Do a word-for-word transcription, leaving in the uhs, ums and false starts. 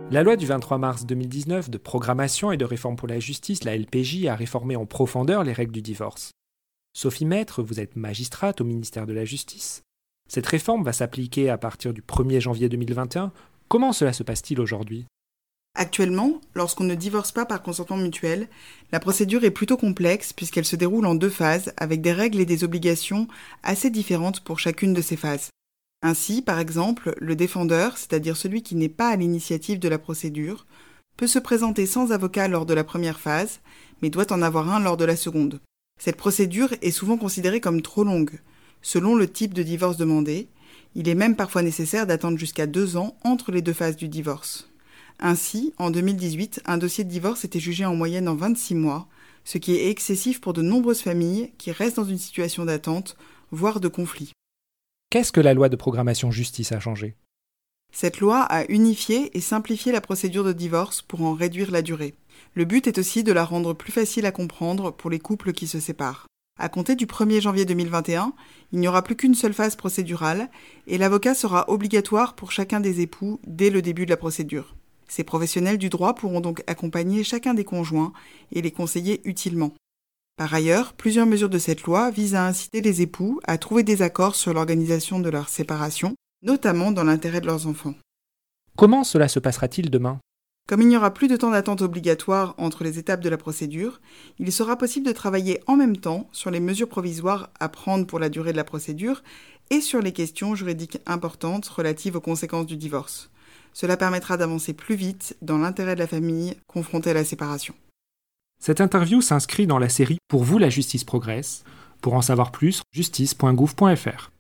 La loi du vingt-trois mars deux mille dix-neuf de programmation et de réforme pour la justice, la L P J, a réformé en profondeur les règles du divorce. Sophie Maître, vous êtes magistrate au ministère de la Justice. Cette réforme va s'appliquer à partir du premier janvier deux mille vingt et un. Comment cela se passe-t-il aujourd'hui ? Actuellement, lorsqu'on ne divorce pas par consentement mutuel, la procédure est plutôt complexe puisqu'elle se déroule en deux phases avec des règles et des obligations assez différentes pour chacune de ces phases. Ainsi, par exemple, le défendeur, c'est-à-dire celui qui n'est pas à l'initiative de la procédure, peut se présenter sans avocat lors de la première phase, mais doit en avoir un lors de la seconde. Cette procédure est souvent considérée comme trop longue. Selon le type de divorce demandé, il est même parfois nécessaire d'attendre jusqu'à deux ans entre les deux phases du divorce. Ainsi, en deux mille dix-huit, un dossier de divorce était jugé en moyenne en vingt-six mois, ce qui est excessif pour de nombreuses familles qui restent dans une situation d'attente, voire de conflit. Qu'est-ce que la loi de programmation justice a changé ? Cette loi a unifié et simplifié la procédure de divorce pour en réduire la durée. Le but est aussi de la rendre plus facile à comprendre pour les couples qui se séparent. À compter du premier janvier deux mille vingt et un, il n'y aura plus qu'une seule phase procédurale et l'avocat sera obligatoire pour chacun des époux dès le début de la procédure. Ces professionnels du droit pourront donc accompagner chacun des conjoints et les conseiller utilement. Par ailleurs, plusieurs mesures de cette loi visent à inciter les époux à trouver des accords sur l'organisation de leur séparation, notamment dans l'intérêt de leurs enfants. Comment cela se passera-t-il demain ? Comme il n'y aura plus de temps d'attente obligatoire entre les étapes de la procédure, il sera possible de travailler en même temps sur les mesures provisoires à prendre pour la durée de la procédure et sur les questions juridiques importantes relatives aux conséquences du divorce. Cela permettra d'avancer plus vite dans l'intérêt de la famille confrontée à la séparation. Cette interview s'inscrit dans la série « Pour vous, la justice progresse ». Pour en savoir plus, justice point gouv point f r.